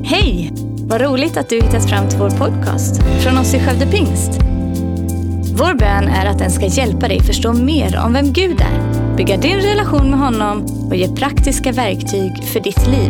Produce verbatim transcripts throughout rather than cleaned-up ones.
Hej! Vad roligt att du hittat fram till vår podcast från oss i Skövde Pingst. Vår bön är att den ska hjälpa dig förstå mer om vem Gud är, bygga din relation med honom och ge praktiska verktyg för ditt liv.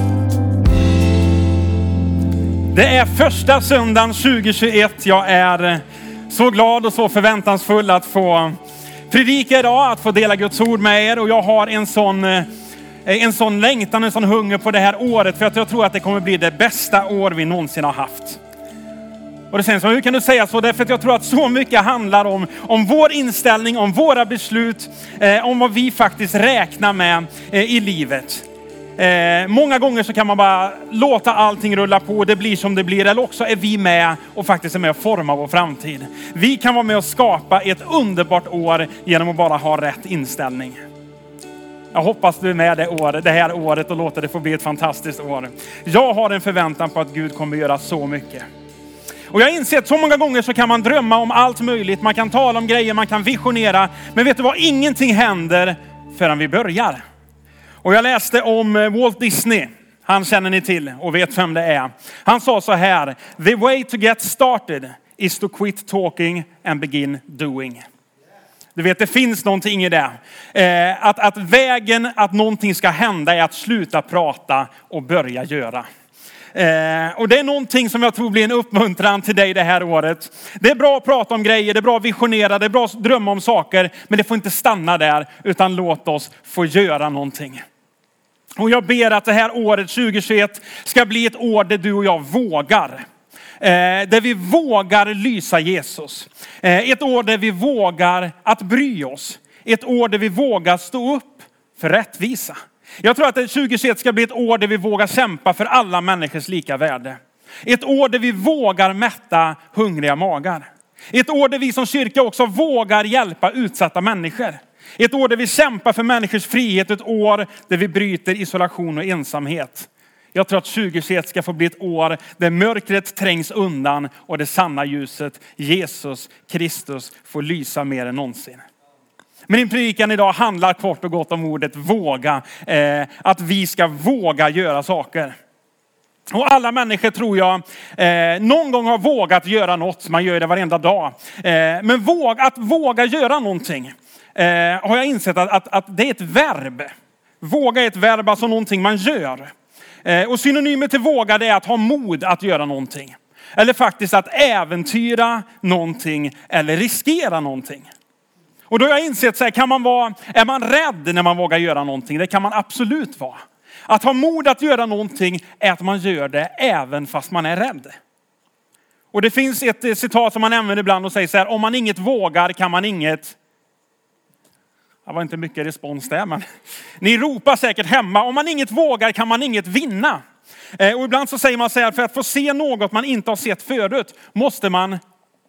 Det är första söndagen tjugohundratjugoett. Jag är så glad och så förväntansfull att få predika idag, att få dela Guds ord med er. Och jag har en sån, en sån längtan, en sån hunger på det här året. För att jag tror att det kommer bli det bästa år vi någonsin har haft. Och det känns som, hur kan du säga så? Därför att jag tror att så mycket handlar om, om vår inställning, om våra beslut, eh, om vad vi faktiskt räknar med eh, i livet. Eh, många gånger så kan man bara låta allting rulla på, det blir som det blir. Eller också är vi med och faktiskt är med och formar vår framtid. Vi kan vara med och skapa ett underbart år genom att bara ha rätt inställning. Jag hoppas du är med det, år, det här året och låter det få bli ett fantastiskt år. Jag har en förväntan på att Gud kommer göra så mycket. Och jag inser att så många gånger så kan man drömma om allt möjligt. Man kan tala om grejer, man kan visionera. Men vet du vad? Ingenting händer förrän vi börjar. Och jag läste om Walt Disney. Han känner ni till och vet vem det är. Han sa så här: the way to get started is to quit talking and begin doing. Du vet, det finns någonting i det. Eh, att, att vägen att någonting ska hända är att sluta prata och börja göra. Eh, och det är någonting som jag tror blir en uppmuntran till dig det här året. Det är bra att prata om grejer, det är bra att visionera, det är bra att drömma om saker. Men det får inte stanna där, utan låt oss få göra någonting. Och jag ber att det här året tjugohundratjugoett ska bli ett år där du och jag vågar. Eh, där vi vågar lysa Jesus. Eh, ett år där vi vågar att bry oss. Ett år där vi vågar stå upp för rättvisa. Jag tror att det tjugohundratjugoett ska bli ett år där vi vågar kämpa för alla människors lika värde. Ett år där vi vågar mätta hungriga magar. Ett år där vi som kyrka också vågar hjälpa utsatta människor. Ett år där vi kämpar för människors frihet. Ett år där vi bryter isolation och ensamhet. Jag tror att tjugohundratjugoett ska få bli ett år där mörkret trängs undan och det sanna ljuset, Jesus Kristus, får lysa mer än någonsin. Men din predikan idag handlar kort och gott om ordet våga. Eh, att vi ska våga göra saker. Och alla människor tror jag eh, någon gång har vågat göra något. Man gör det varenda dag. Eh, men våg, att våga göra någonting eh, har jag insett att, att, att det är ett verb. Våga är ett verb, alltså någonting man gör. Eh, och synonymet till våga, det är att ha mod att göra någonting. Eller faktiskt att äventyra någonting eller riskera någonting. Och då har jag insett så här, kan man vara, är man rädd när man vågar göra någonting? Det kan man absolut vara. Att ha mod att göra någonting är att man gör det även fast man är rädd. Och det finns ett citat som man använder ibland och säger så här: om man inget vågar kan man inget... Det var inte mycket respons där, men ni ropar säkert hemma. Om man inget vågar kan man inget vinna. Och ibland så säger man så här, för att få se något man inte har sett förut måste man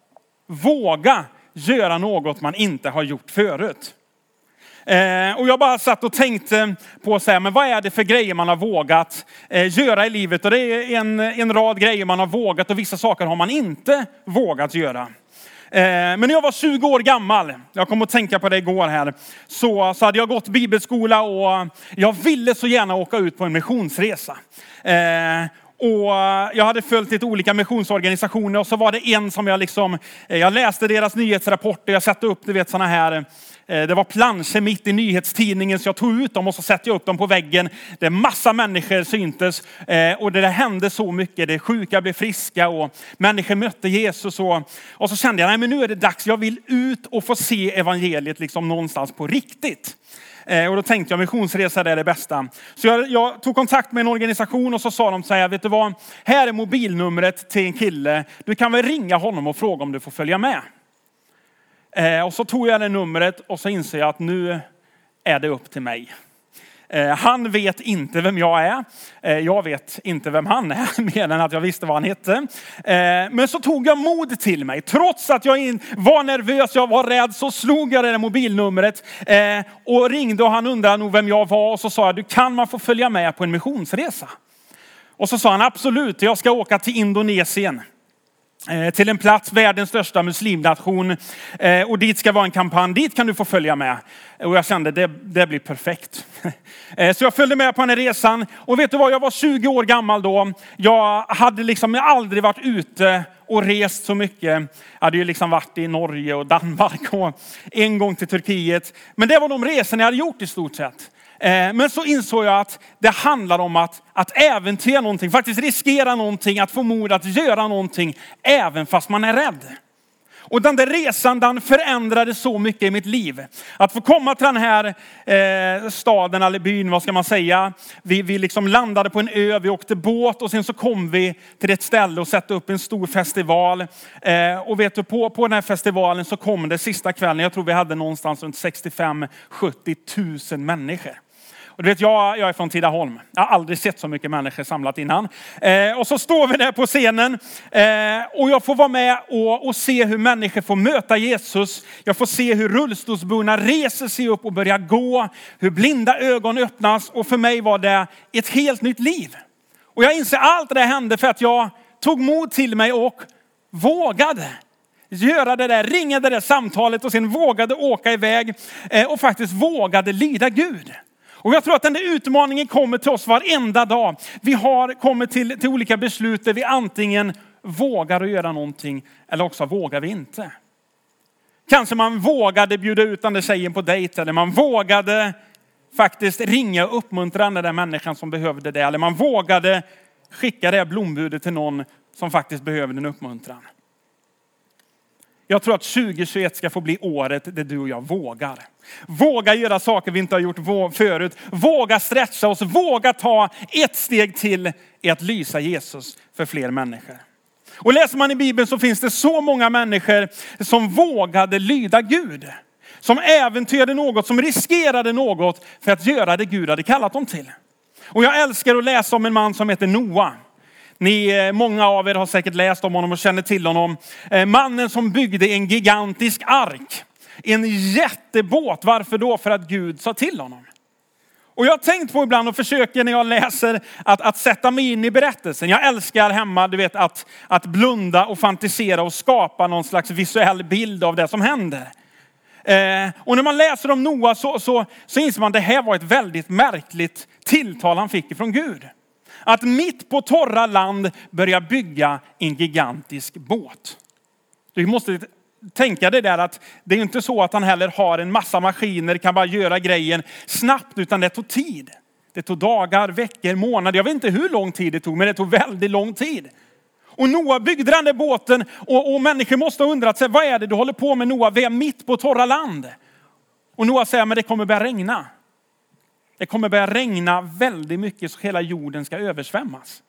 våga göra något man inte har gjort förut. Eh, och jag bara satt och tänkte på så här, men vad är det för grejer man har vågat eh, göra i livet? Och det är en, en rad grejer man har vågat och vissa saker har man inte vågat göra. Eh, men när jag var tjugo år gammal, jag kom att tänka på det igår här, så, så hade jag gått bibelskola och jag ville så gärna åka ut på en missionsresa. Eh, Och jag hade följt lite olika missionsorganisationer och så var det en som jag liksom, jag läste deras nyhetsrapporter, jag satte upp, du vet såna här, det var planscher mitt i nyhetstidningen så jag tog ut dem och så satte jag upp dem på väggen. Det är massa människor syntes och det hände så mycket, det sjuka blev friska och människor mötte Jesus och, och så kände jag, nej men nu är det dags, jag vill ut och få se evangeliet liksom någonstans på riktigt. Och då tänkte jag, missionsresa är det bästa. Så jag, jag tog kontakt med en organisation och så sa de så här, vet du vad? Här är mobilnumret till en kille. Du kan väl ringa honom och fråga om du får följa med. Eh, och så tog jag det numret och så inser jag att nu är det upp till mig. Eh, han vet inte vem jag är. Eh, jag vet inte vem han är, mer än att jag visste vad han hette. Eh, men så tog jag mod till mig. Trots att jag in, var nervös, jag var rädd, så slog jag det där mobilnumret. Eh, och ringde och han undrade nog vem jag var. Och så sa jag, du kan man få följa med på en missionsresa? Och så sa han, absolut, jag ska åka till Indonesien. till en plats, världens största muslimnation. Och dit ska vara en kampanj. Dit kan du få följa med. Och jag kände det, det blir perfekt. Så jag följde med på den här resan. Och vet du vad, jag var tjugo år gammal då. Jag hade liksom aldrig varit ute och rest så mycket. Jag hade ju liksom varit i Norge och Danmark och en gång till Turkiet. Men det var de resorna jag hade gjort i stort sett. Men så insåg jag att det handlar om att, att äventyra någonting. Faktiskt riskera någonting. Att få mod att göra någonting. Även fast man är rädd. Och den där resan, den förändrade så mycket i mitt liv. Att få komma till den här eh, staden eller byn, vad ska man säga. Vi, vi liksom landade på en ö, vi åkte båt och sen så kom vi till ett ställe och satte upp en stor festival. Eh, och vet du, på, på den här festivalen så kom det sista kvällen, jag tror vi hade någonstans runt sextiofem till sjuttio tusen människor. Och du vet, jag, jag är från Tidaholm. Jag har aldrig sett så mycket människor samlat innan. Eh, och så står vi där på scenen. Eh, och jag får vara med och, och se hur människor får möta Jesus. Jag får se hur rullstolsburna reser sig upp och börjar gå. Hur blinda ögon öppnas. Och för mig var det ett helt nytt liv. Och jag inser allt det hände för att jag tog mod till mig och vågade göra det där, ringa det där samtalet och sen vågade åka iväg. Eh, och faktiskt vågade lyda Gud. Och jag tror att den där utmaningen kommer till oss varenda dag. Vi har kommit till, till olika beslut där vi antingen vågar att göra någonting eller också vågar vi inte. Kanske man vågade bjuda ut den där tjejen på dejt eller man vågade faktiskt ringa och uppmuntra den där människan som behövde det. Eller man vågade skicka det blombudet till någon som faktiskt behövde en uppmuntran. Jag tror att tjugo tjugoett ska få bli året där du och jag vågar. Våga göra saker vi inte har gjort förut. Våga stretcha oss. Våga ta ett steg till i att lysa Jesus för fler människor. Och läser man i Bibeln så finns det så många människor som vågade lyda Gud. Som äventyrade något, som riskerade något för att göra det Gud hade kallat dem till. Och jag älskar att läsa om en man som heter Noa. Ni, många av er har säkert läst om honom och känner till honom. Mannen som byggde en gigantisk ark. En jättebåt. Varför då? För att Gud sa till honom. Och jag har tänkt på ibland och försöker när jag läser att, att sätta mig in i berättelsen. Jag älskar hemma, du vet, att, att blunda och fantisera och skapa någon slags visuell bild av det som händer. Eh, och när man läser om Noa så, så, så inser man att det här var ett väldigt märkligt tilltal han fick ifrån Gud. Att mitt på torra land börja bygga en gigantisk båt. Du måste tänka dig där att det är inte så att han heller har en massa maskiner, kan bara göra grejen snabbt, utan det tog tid. Det tog dagar, veckor, månader. Jag vet inte hur lång tid det tog, men det tog väldigt lång tid. Och Noa byggde den där båten och, och människor måste ha undrat sig, vad är det du håller på med, Noa? Vi är mitt på torra land. Och Noa säger, men det kommer börja regna. Det kommer börja regna väldigt mycket så hela jorden ska översvämmas.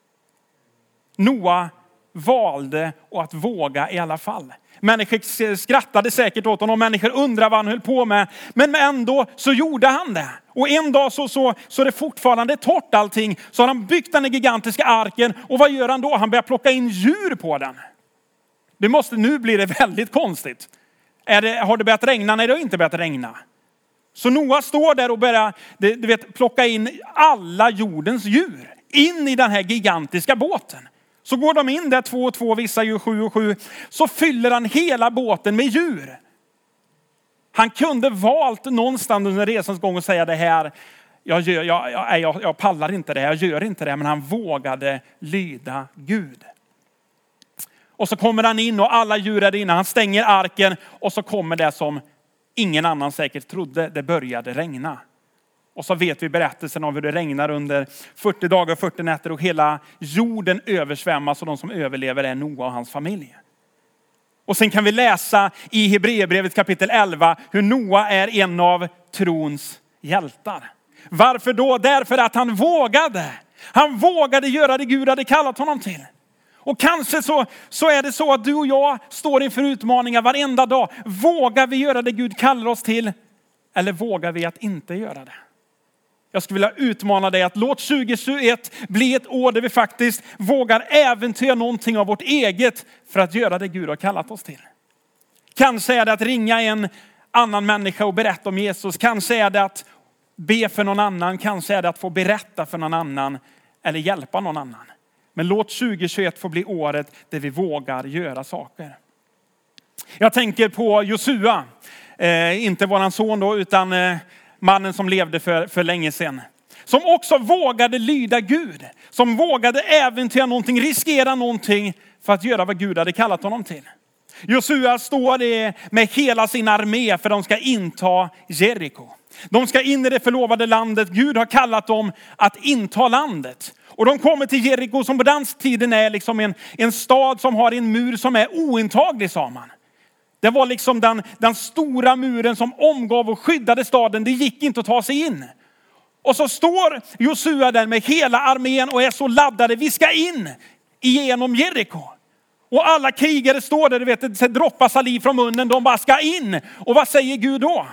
Noa valde att våga i alla fall. Människor skrattade säkert åt honom. Människor undrar vad han höll på med. Men ändå så gjorde han det. Och en dag så, så, så är det fortfarande torrt allting. Så har han byggt den gigantiska arken. Och vad gör han då? Han börjar plocka in djur på den. Det måste, nu blir det väldigt konstigt. Är det, har det börjat regna? Nej, det har inte börjat regna. Så Noa står där och börjar, du vet, plocka in alla jordens djur. In i den här gigantiska båten. Så går de in där två och två, vissa djur sju och sju. Så fyller han hela båten med djur. Han kunde valt någonstans under resans gång och säga det här. Jag, gör, jag, jag, jag, jag pallar inte det, jag gör inte det. Men han vågade lyda Gud. Och så kommer han in och alla djur är inne. Han stänger arken och så kommer det som ingen annan säkert trodde. Det började regna. Och så vet vi berättelsen om hur det regnar under fyrtio dagar och fyrtio nätter. Och hela jorden översvämmas och de som överlever är Noa och hans familj. Och sen kan vi läsa i Hebreerbrevet kapitel elva hur Noa är en av trons hjältar. Varför då? Därför att han vågade. Han vågade göra det Gud hade kallat honom till. Och kanske så, så är det så att du och jag står inför utmaningar varenda dag. Vågar vi göra det Gud kallar oss till? Eller vågar vi att inte göra det? Jag skulle vilja utmana dig att låt tjugo tjugoett bli ett år där vi faktiskt vågar äventyra någonting av vårt eget för att göra det Gud har kallat oss till. Kanske är det att ringa en annan människa och berätta om Jesus. Kanske är det att be för någon annan. Kanske är det att få berätta för någon annan eller hjälpa någon annan. Men låt tjugohundratjugoett få bli året där vi vågar göra saker. Jag tänker på Josua. Eh, inte våran son då, utan eh, mannen som levde för, för länge sedan. Som också vågade lyda Gud. Som vågade äventyra någonting, riskera någonting för att göra vad Gud hade kallat honom till. Josua står med hela sin armé för de ska inta Jeriko. De ska in i det förlovade landet. Gud har kallat dem att inta landet. Och de kommer till Jeriko som på den tiden är liksom en, en stad som har en mur som är ointaglig, sa man. Det var liksom den, den stora muren som omgav och skyddade staden. Det gick inte att ta sig in. Och så står Josua där med hela armén och är så laddade. Vi ska in igenom Jeriko. Och alla krigare står där, du vet, det droppar saliv från munnen. De bara ska in. Och vad säger Gud då?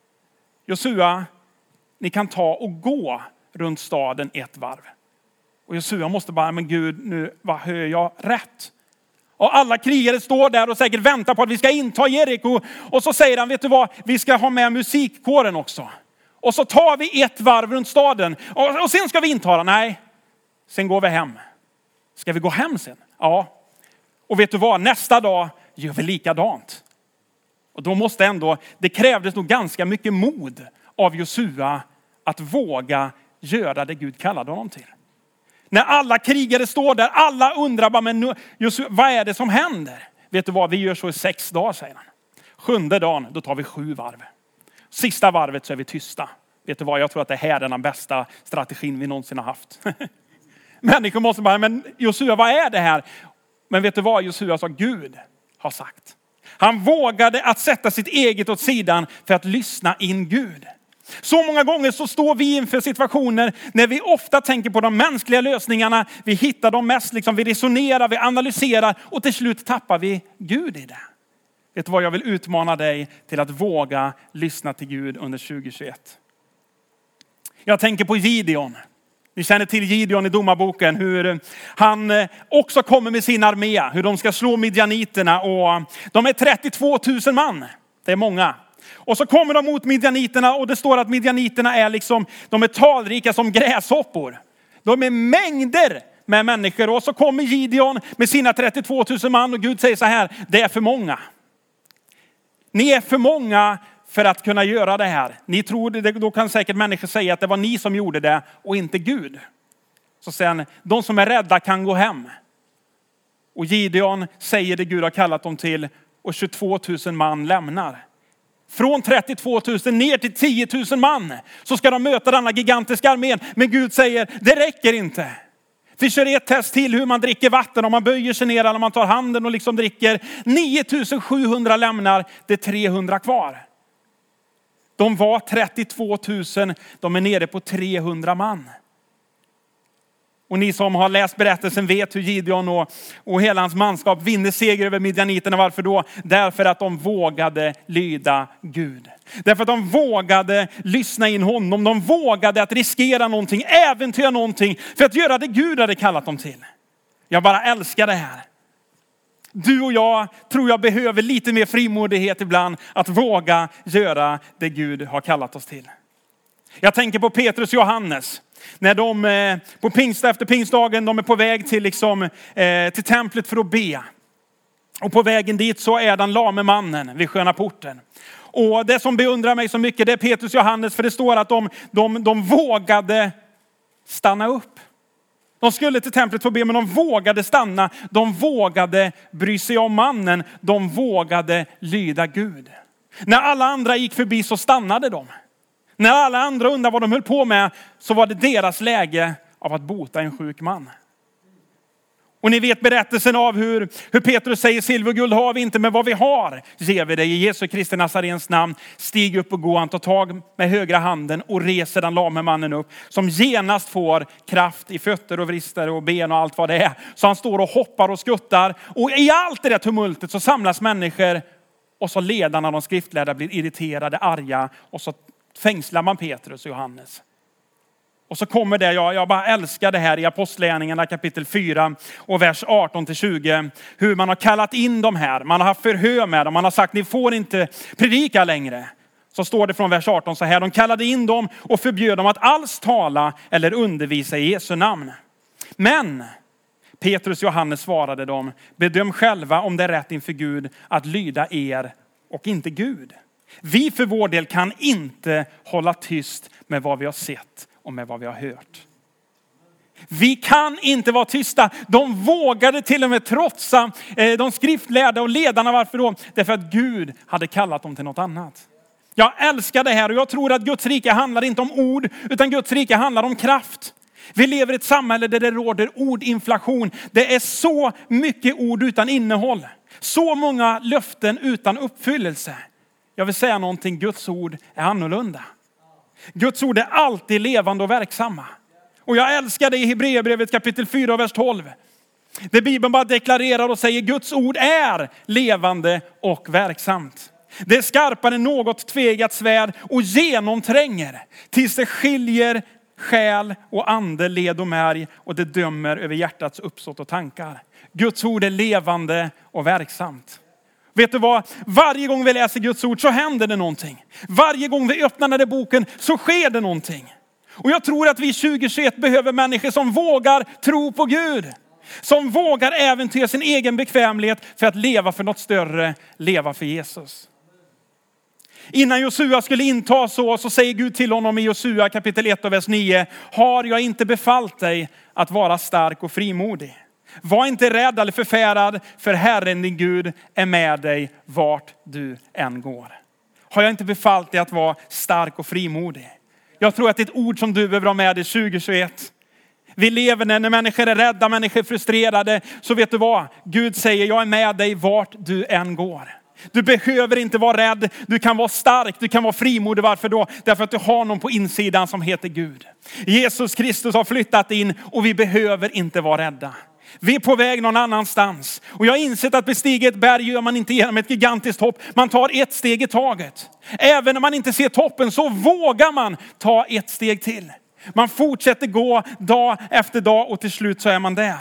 Josua, ni kan ta och gå runt staden ett varv. Och Josua måste bara, men Gud, nu, vad hör jag rätt? Och alla krigare står där och säkert väntar på att vi ska inta Jeriko. Och så säger han, vet du vad, vi ska ha med musikkåren också. Och så tar vi ett varv runt staden. Och, och sen ska vi inta den. Nej, sen går vi hem. Ska vi gå hem sen? Ja. Och vet du vad, nästa dag gör vi likadant. Och då måste ändå, det krävdes nog ganska mycket mod av Josua att våga göra det Gud kallade honom till. När alla krigare står där, alla undrar bara, men nu, Josua, vad är det som händer? Vet du vad, vi gör så i sex dagar, säger han. Sjunde dagen, då tar vi sju varv. Sista varvet så är vi tysta. Vet du vad, jag tror att det här är den bästa strategin vi någonsin har haft. Människor måste bara, men Josua, vad är det här? Men vet du vad, Josua sa, Gud har sagt. Han vågade att sätta sitt eget åt sidan för att lyssna in Gud. Så många gånger så står vi inför situationer när vi ofta tänker på de mänskliga lösningarna. Vi hittar dem mest, liksom, vi resonerar, vi analyserar och till slut tappar vi Gud i det. Vet du vad, jag vill utmana dig till att våga lyssna till Gud under tjugohundratjugoett. Jag tänker på Gideon. Ni känner till Gideon i domarboken, hur han också kommer med sin armé, hur de ska slå midjaniterna, och de är trettiotvå tusen man. Det är många. Och så kommer de mot midjaniterna och det står att midjaniterna är liksom, de är talrika som gräshoppor. De är mängder med människor, och så kommer Gideon med sina trettiotvå tusen man och Gud säger så här, det är för många. Ni är för många för att kunna göra det här. Ni tror det, då kan säkert människor säga att det var ni som gjorde det och inte Gud. Så sen, de som är rädda kan gå hem. Och Gideon säger det Gud har kallat dem till, och tjugotvå tusen man lämnar. Från trettiotvå tusen ner till tio tusen man så ska de möta denna gigantiska armén. Men Gud säger, det räcker inte. Vi kör ett test till hur man dricker vatten. Om man böjer sig ner eller man tar handen och liksom dricker. nio tusen sjuhundra lämnar, det är trehundra kvar. De var trettiotvå tusen, de är nere på trehundra man. Och ni som har läst berättelsen vet hur Gideon och, och hela hans manskap vinner seger över midjaniterna. Varför då? Därför att de vågade lyda Gud. Därför att de vågade lyssna in honom. De vågade att riskera någonting, äventyra någonting för att göra det Gud hade kallat dem till. Jag bara älskar det här. Du och jag tror jag behöver lite mer frimodighet ibland att våga göra det Gud har kallat oss till. Jag tänker på Petrus och Johannes. När de eh, på pingst efter pingstdagen, de är på väg till, liksom, eh, till templet för att be. Och på vägen dit så är den lame mannen vid sköna porten. Och det som beundrar mig så mycket, det är Petrus och Johannes. För det står att de, de, de vågade stanna upp. De skulle till templet för att be, men de vågade stanna. De vågade bry sig om mannen. De vågade lyda Gud. När alla andra gick förbi så stannade de. När alla andra undrade vad de höll på med så var det deras läge av att bota en sjuk man. Och ni vet berättelsen av hur, hur Petrus säger, silver och guld har vi inte, men vad vi har ger vi dig i Jesu Kristi Nazarens namn. Stig upp och gå, han tar tag med högra handen och reser den lame mannen upp. Som genast får kraft i fötter och vrister och ben och allt vad det är. Så han står och hoppar och skuttar. Och i allt det där tumultet så samlas människor. Och så ledarna, de skriftlärda, blir irriterade, arga. Och så fängslar man Petrus och Johannes. Och så kommer det, jag, jag bara älskar det här i Apostlagärningarna kapitel fyra och vers arton till tjugo. Hur man har kallat in de här. Man har haft förhör med dem. Man har sagt, ni får inte predika längre. Så står det från vers arton så här. De kallade in dem och förbjöd dem att alls tala eller undervisa i Jesu namn. Men Petrus och Johannes svarade dem: bedöm själva om det är rätt inför Gud att lyda er och inte Gud. Vi för vår del kan inte hålla tyst med vad vi har sett och med vad vi har hört. Vi kan inte vara tysta. De vågade till och med trotsa de skriftlärda och ledarna. Varför då? Därför att Gud hade kallat dem till något annat. Jag älskar det här och jag tror att Guds rike handlar inte om ord, utan Guds rike handlar om kraft. Vi lever i ett samhälle där det råder ordinflation. Det är så mycket ord utan innehåll. Så många löften utan uppfyllelse. Jag vill säga någonting, Guds ord är annorlunda. Guds ord är alltid levande och verksamma. Och jag älskar det i Hebreerbrevet kapitel fyra, vers tolv. Där Bibeln bara deklarerar och säger: Guds ord är levande och verksamt. Det är skarpare än något tvegat svärd och genomtränger tills det skiljer själ och ande, led och märg, och det dömer över hjärtats uppsåt och tankar. Guds ord är levande och verksamt. Vet du vad? Varje gång vi läser Guds ord så händer det någonting. Varje gång vi öppnar den där boken så sker det någonting. Och jag tror att vi tjugo tjugoett behöver människor som vågar tro på Gud. Som vågar äventyra sin egen bekvämlighet för att leva för något större, leva för Jesus. Innan Josua skulle inta så, så säger Gud till honom i Josua kapitel ett och vers nio: har jag inte befallt dig att vara stark och frimodig? Var inte rädd eller förfärad, för Herren din Gud är med dig vart du än går. Har jag inte befallt dig att vara stark och frimodig? Jag tror att det är ett ord som du behöver ha med dig tjugo tjugoett. Vi lever när, när människor är rädda, människor är frustrerade. Så vet du vad? Gud säger: jag är med dig vart du än går. Du behöver inte vara rädd. Du kan vara stark. Du kan vara frimodig. Varför då? Därför att du har någon på insidan som heter Gud. Jesus Kristus har flyttat in och vi behöver inte vara rädda. Vi är på väg någon annanstans. Och jag har insett att bestiga ett berg gör man inte genom ett gigantiskt hopp. Man tar ett steg i taget. Även när man inte ser toppen så vågar man ta ett steg till. Man fortsätter gå dag efter dag och till slut så är man där.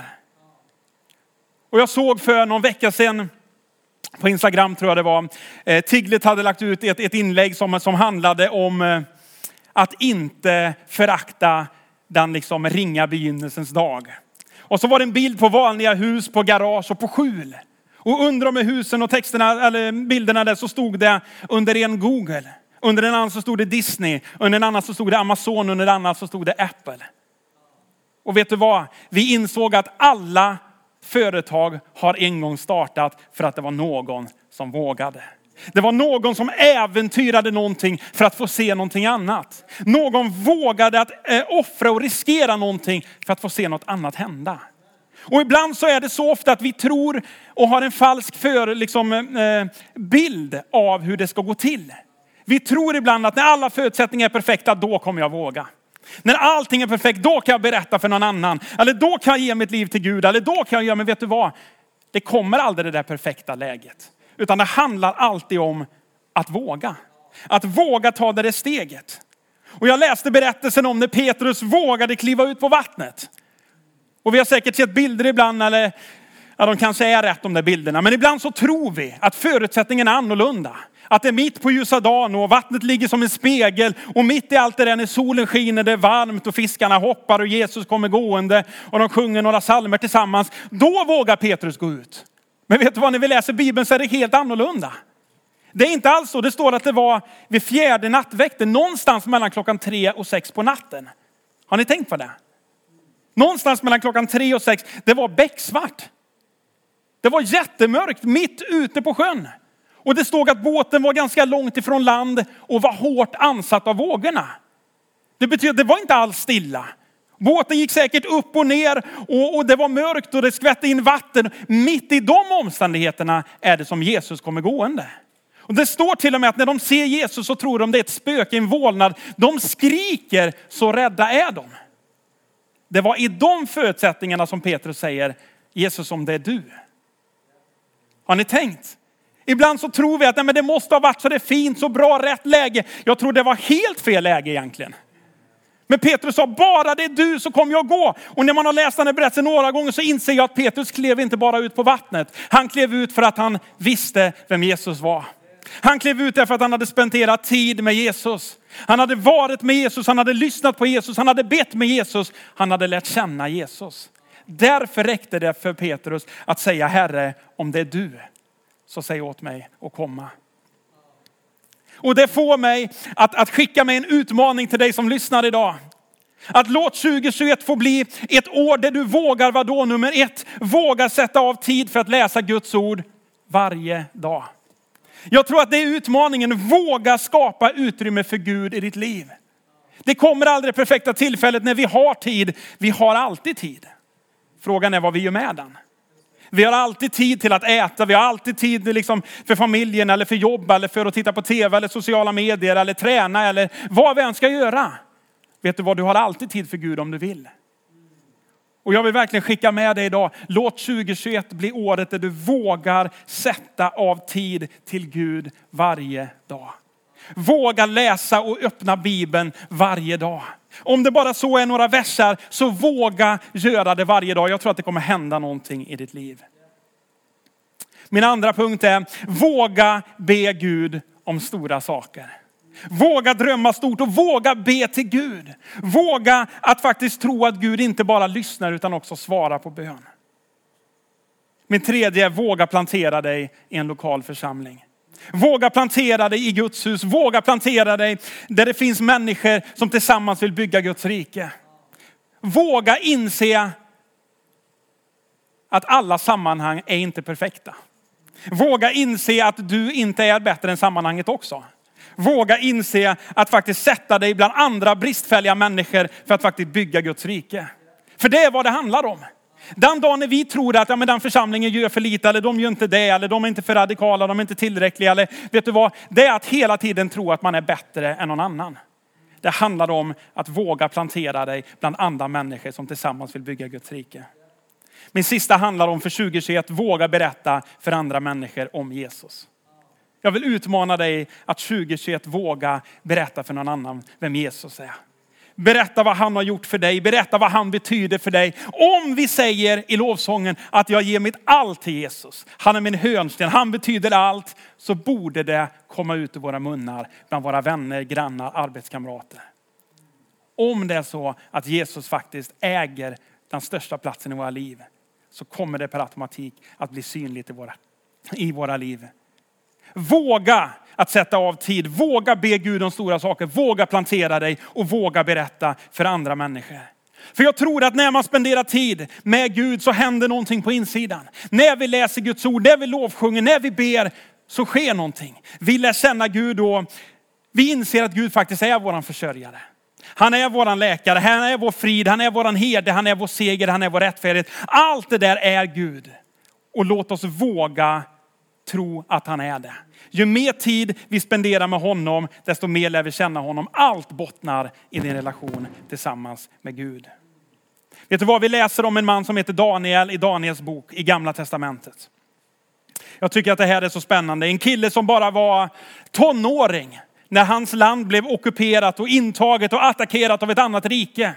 Och jag såg för någon vecka sedan på Instagram, tror jag det var, eh, Tiglet hade lagt ut ett, ett inlägg som, som handlade om eh, att inte förakta den liksom ringa begynnelsens dag. Och så var det en bild på vanliga hus, på garage och på skjul. Och under de här husen och texterna, eller bilderna där, så stod det under en Google. Under en annan så stod det Disney. Under en annan så stod det Amazon. Under en annan så stod det Apple. Och vet du vad? Vi insåg att alla företag har en gång startat för att det var någon som vågade. Det var någon som äventyrade någonting för att få se någonting annat. Någon vågade att eh, offra och riskera någonting för att få se något annat hända. Och ibland så är det så ofta att vi tror och har en falsk för, liksom, eh, bild av hur det ska gå till. Vi tror ibland att när alla förutsättningar är perfekta, då kommer jag våga. När allting är perfekt, då kan jag berätta för någon annan. Eller då kan jag ge mitt liv till Gud. Eller då kan jag göra, men vet du vad? Det kommer aldrig det där perfekta läget. Utan det handlar alltid om att våga. Att våga ta det där steget. Och jag läste berättelsen om när Petrus vågade kliva ut på vattnet. Och vi har säkert sett bilder ibland, eller ja, de kanske är rätt de där bilderna. Men ibland så tror vi att förutsättningen är annorlunda. Att det är mitt på ljusa dagen och vattnet ligger som en spegel. Och mitt i allt det där när solen skiner, det är varmt och fiskarna hoppar och Jesus kommer gående. Och de sjunger några psalmer tillsammans. Då vågar Petrus gå ut. Men vet du vad, när vi läser Bibeln så är det helt annorlunda. Det är inte alls så. Det står att det var vid fjärde nattväkten. Någonstans mellan klockan tre och sex på natten. Har ni tänkt på det? Någonstans mellan klockan tre och sex. Det var becksvart. Det var jättemörkt mitt ute på sjön. Och det stod att båten var ganska långt ifrån land och var hårt ansatt av vågorna. Det betyder att det var inte alls stilla. Båten gick säkert upp och ner och, och det var mörkt och det skvätte in vatten. Mitt i de omständigheterna är det som Jesus kommer gående. Och det står till och med att när de ser Jesus så tror de det är ett spöke, en vålnad. De skriker, så rädda är de. Det var i de förutsättningarna som Petrus säger: Jesus, om det är du. Har ni tänkt? Ibland så tror vi att nej, men det måste ha varit så det är fint, så bra, rätt läge. Jag tror det var helt fel läge egentligen. Men Petrus sa: bara det är du så kommer jag gå. Och när man har läst den här berättelsen några gånger så inser jag att Petrus klev inte bara ut på vattnet. Han klev ut för att han visste vem Jesus var. Han klev ut därför att han hade spenderat tid med Jesus. Han hade varit med Jesus, han hade lyssnat på Jesus, han hade bett med Jesus. Han hade lärt känna Jesus. Därför räckte det för Petrus att säga: Herre, om det är du, så säg åt mig att komma. Och det får mig att, att skicka med en utmaning till dig som lyssnar idag. Att låt tjugohundratjugoett få bli ett år där du vågar, vadå? Nummer ett, vågar sätta av tid för att läsa Guds ord varje dag. Jag tror att det är utmaningen. Våga skapa utrymme för Gud i ditt liv. Det kommer aldrig perfekta tillfället när vi har tid. Vi har alltid tid. Frågan är vad vi gör med den. Vi har alltid tid till att äta. Vi har alltid tid liksom för familjen eller för jobb eller för att titta på tv eller sociala medier eller träna eller vad vi än ska göra. Vet du vad? Du har alltid tid för Gud om du vill. Och jag vill verkligen skicka med dig idag. Låt tjugohundratjugoett bli året där du vågar sätta av tid till Gud varje dag. Våga läsa och öppna Bibeln varje dag. Om det bara så är några versar, så våga göra det varje dag. Jag tror att det kommer hända någonting i ditt liv. Min andra punkt är: våga be Gud om stora saker. Våga drömma stort och våga be till Gud. Våga att faktiskt tro att Gud inte bara lyssnar utan också svarar på bön. Min tredje är: våga plantera dig i en lokal församling. Våga plantera dig i Guds hus. Våga plantera dig där det finns människor som tillsammans vill bygga Guds rike. Våga inse att alla sammanhang är inte perfekta. Våga inse att du inte är bättre än sammanhanget också. Våga inse att faktiskt sätta dig bland andra bristfälliga människor för att faktiskt bygga Guds rike. För det är vad det handlar om. Den dagen när vi tror att ja, men den församlingen gör för lite, eller de gör inte det, eller de är inte för radikala, de är inte tillräckliga, eller vet du vad? Det är att hela tiden tro att man är bättre än någon annan. Det handlar om att våga plantera dig bland andra människor som tillsammans vill bygga Guds rike. Min sista handlar om för tjugohundratjugoett: våga berätta för andra människor om Jesus. Jag vill utmana dig att tjugohundratjugoett våga berätta för någon annan vem Jesus är. Berätta vad han har gjort för dig. Berätta vad han betyder för dig. Om vi säger i lovsången att jag ger mitt allt till Jesus. Han är min hörnsten. Han betyder allt. Så borde det komma ut ur våra munnar bland våra vänner, grannar, arbetskamrater. Om det är så att Jesus faktiskt äger den största platsen i våra liv, så kommer det per automatik att bli synligt i våra, i våra liv. Våga att sätta av tid. Våga be Gud om stora saker. Våga plantera dig och våga berätta för andra människor. För jag tror att när man spenderar tid med Gud så händer någonting på insidan. När vi läser Guds ord, när vi lovsjunger, när vi ber, så sker någonting. Vi lär känna Gud och vi inser att Gud faktiskt är våran försörjare. Han är våran läkare, han är vår frid, han är våran herde, han är vår seger, han är vår rättfärdighet. Allt det där är Gud. Och låt oss våga tro att han är det. Ju mer tid vi spenderar med honom, desto mer lär vi känna honom. Allt bottnar i din relation tillsammans med Gud. Vet du vad? Vi läser om en man som heter Daniel i Daniels bok i Gamla testamentet. Jag tycker att det här är så spännande. En kille som bara var tonåring när hans land blev ockuperat och intaget och attackerat av ett annat rike.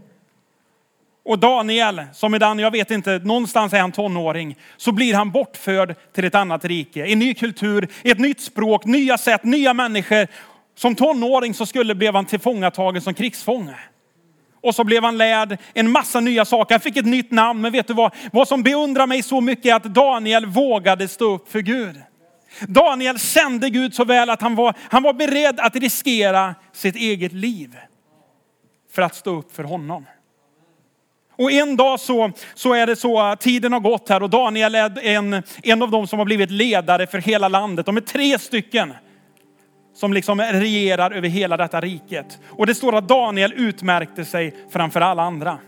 Och Daniel, som är den, jag vet inte, någonstans är han tonåring, så blir han bortförd till ett annat rike. En ny kultur, ett nytt språk, nya sätt, nya människor. Som tonåring så skulle blev han tillfångatagen som krigsfånge. Och så blev han lärd en massa nya saker. Han fick ett nytt namn, men vet du vad? Vad som beundrar mig så mycket är att Daniel vågade stå upp för Gud. Daniel kände Gud så väl att han var, han var beredd att riskera sitt eget liv för att stå upp för honom. Och en dag så, så är det så att tiden har gått här och Daniel är en, en av dem som har blivit ledare för hela landet. De är tre stycken som liksom regerar över hela detta riket. Och det står att Daniel utmärkte sig framför alla andra.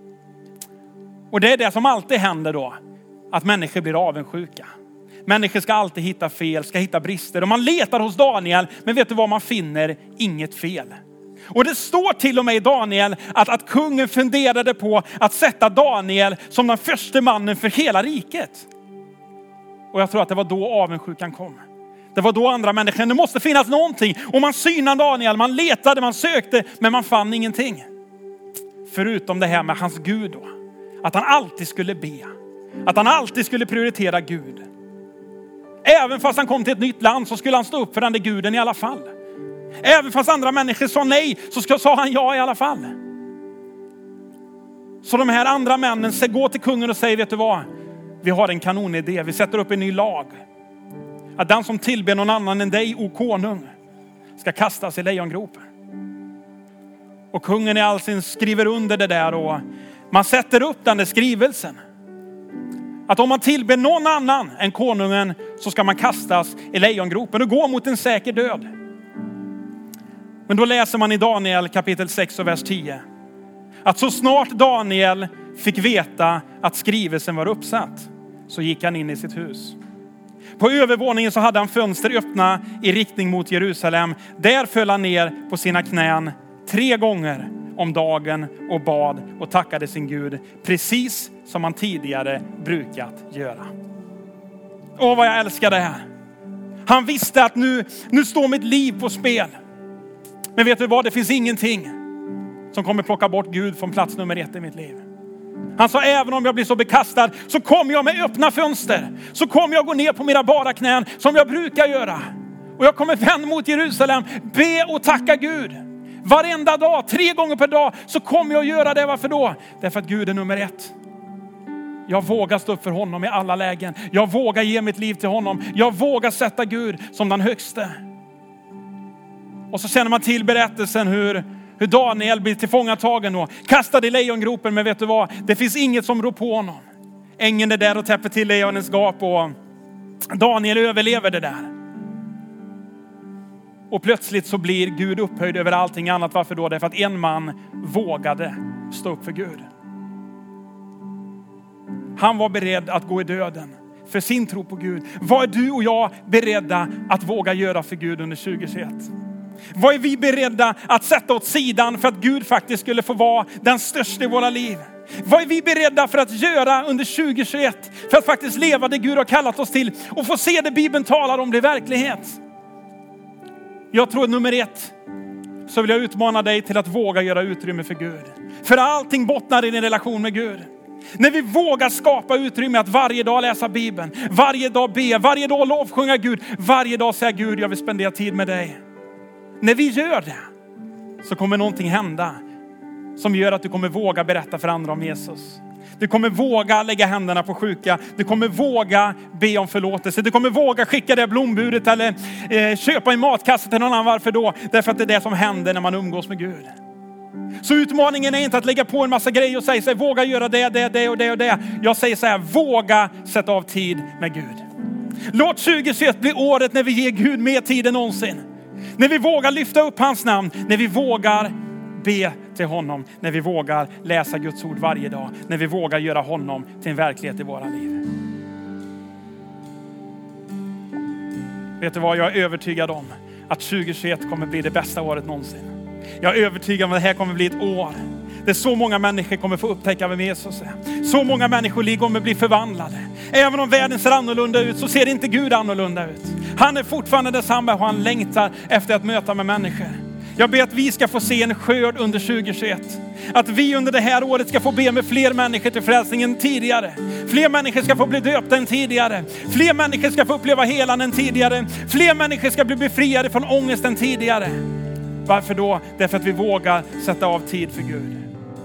Och det är det som alltid händer då. Att människor blir avundsjuka. Människor ska alltid hitta fel, ska hitta brister. Och man letar hos Daniel, men vet du vad, man finner? Inget fel. Och det står till och med i Daniel att, att kungen funderade på att sätta Daniel som den första mannen för hela riket. Och jag tror att det var då avundsjukan kom. Det var då andra människor, det måste finnas någonting. Och man synade Daniel, man letade, man sökte, men man fann ingenting. Förutom det här med hans Gud då. Att han alltid skulle be. Att han alltid skulle prioritera Gud. Även fast han kom till ett nytt land så skulle han stå upp för den där guden i alla fall. Även fast andra människor sa nej så sa han ja i alla fall. Så de här andra männen går till kungen och säger, vet du vad? Vi har en kanonidé. Vi sätter upp en ny lag. Att den som tillber någon annan än dig, o konung, ska kastas i lejongropen. Och kungen i all sin skriver under det där och man sätter upp den där skrivelsen. Att om man tillber någon annan än konungen så ska man kastas i lejongropen och gå mot en säker död. Men då läser man i Daniel kapitel sex och vers tio. Att så snart Daniel fick veta att skrivelsen var uppsatt så gick han in i sitt hus. På övervåningen så hade han fönster öppna i riktning mot Jerusalem. Där föll han ner på sina knän tre gånger om dagen och bad och tackade sin Gud. Precis som han tidigare brukat göra. Åh, vad jag älskar det här. Han visste att nu, nu står mitt liv på spel. Men vet du vad? Det finns ingenting som kommer plocka bort Gud från plats nummer ett i mitt liv. Han sa, även om jag blir så bekastad så kommer jag med öppna fönster. Så kommer jag gå ner på mina bara knän som jag brukar göra. Och jag kommer vända mot Jerusalem, be och tacka Gud. Varenda dag, tre gånger per dag så kommer jag göra det. Varför då? Därför att Gud är nummer ett. Jag vågar stå upp för honom i alla lägen. Jag vågar ge mitt liv till honom. Jag vågar sätta Gud som den högste. Och så känner man till berättelsen hur, hur Daniel blir tillfångatagen och kastad i lejongropen. Men vet du vad? Det finns inget som rår på honom. Ängeln är där och täpper till lejonens gap och Daniel överlever det där. Och plötsligt så blir Gud upphöjd över allting annat. Varför då? Därför att en man vågade stå upp för Gud. Han var beredd att gå i döden för sin tro på Gud. Vad är du och jag beredda att våga göra för Gud under tjugo tjugoett? Vad är vi beredda att sätta åt sidan för att Gud faktiskt skulle få vara den största i våra liv? Vad är vi beredda för att göra under tjugo tjugoett för att faktiskt leva det Gud har kallat oss till och få se det Bibeln talar om det verklighet? Jag tror nummer ett så vill jag utmana dig till att våga göra utrymme för Gud. För allting bottnar i din relation med Gud. När vi vågar skapa utrymme att varje dag läsa Bibeln, varje dag be, varje dag lovsjunga Gud, varje dag säga Gud, jag vill spendera tid med dig. När vi gör det så kommer någonting hända som gör att du kommer våga berätta för andra om Jesus. Du kommer våga lägga händerna på sjuka. Du kommer våga be om förlåtelse. Du kommer våga skicka det blombudet eller eh, köpa en matkasse till någon annan. Varför då? Därför att det är det som händer när man umgås med Gud. Så utmaningen är inte att lägga på en massa grejer och säga sig, våga göra det, det, det och det och det. Jag säger så här, våga sätta av tid med Gud. Låt tjugo tjugoett bli året när vi ger Gud mer tid än någonsin. När vi vågar lyfta upp hans namn. När vi vågar be till honom. När vi vågar läsa Guds ord varje dag. När vi vågar göra honom till en verklighet i våra liv. Vet du vad, jag är övertygad om att tjugo tjugoett kommer bli det bästa året någonsin. Jag är övertygad om att det här kommer bli ett år där så många människor kommer få upptäcka vem Jesus är. Så många människor kommer bli förvandlade. Även om världen ser annorlunda ut så ser inte Gud annorlunda ut. Han är fortfarande detsamma och han längtar efter att möta med människor. Jag ber att vi ska få se en skörd under tjugo tjugoett. Att vi under det här året ska få be med fler människor till frälsningen än tidigare. Fler människor ska få bli döpta än tidigare. Fler människor ska få uppleva helan än tidigare. Fler människor ska bli befriade från ångest än tidigare. Varför då? Därför att vi vågar sätta av tid för Gud.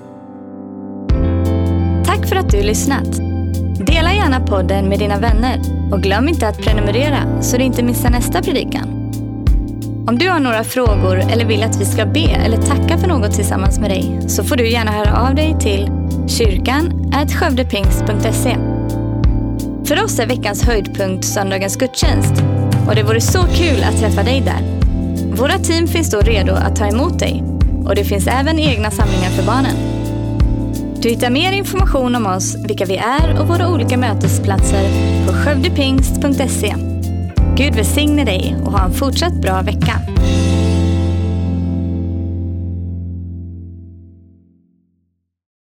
Tack för att du lyssnat. Dela gärna podden med dina vänner. Och glöm inte att prenumerera så du inte missar nästa predikan. Om du har några frågor eller vill att vi ska be eller tacka för något tillsammans med dig så får du gärna höra av dig till kyrkan at skövdepingst punkt se. För oss är veckans höjdpunkt söndagens gudstjänst och det vore så kul att träffa dig där. Våra team finns då redo att ta emot dig och det finns även egna samlingar för barnen. Du hittar mer information om oss, vilka vi är och våra olika mötesplatser på skövdepingst punkt se. Gud välsigne dig och ha en fortsatt bra vecka.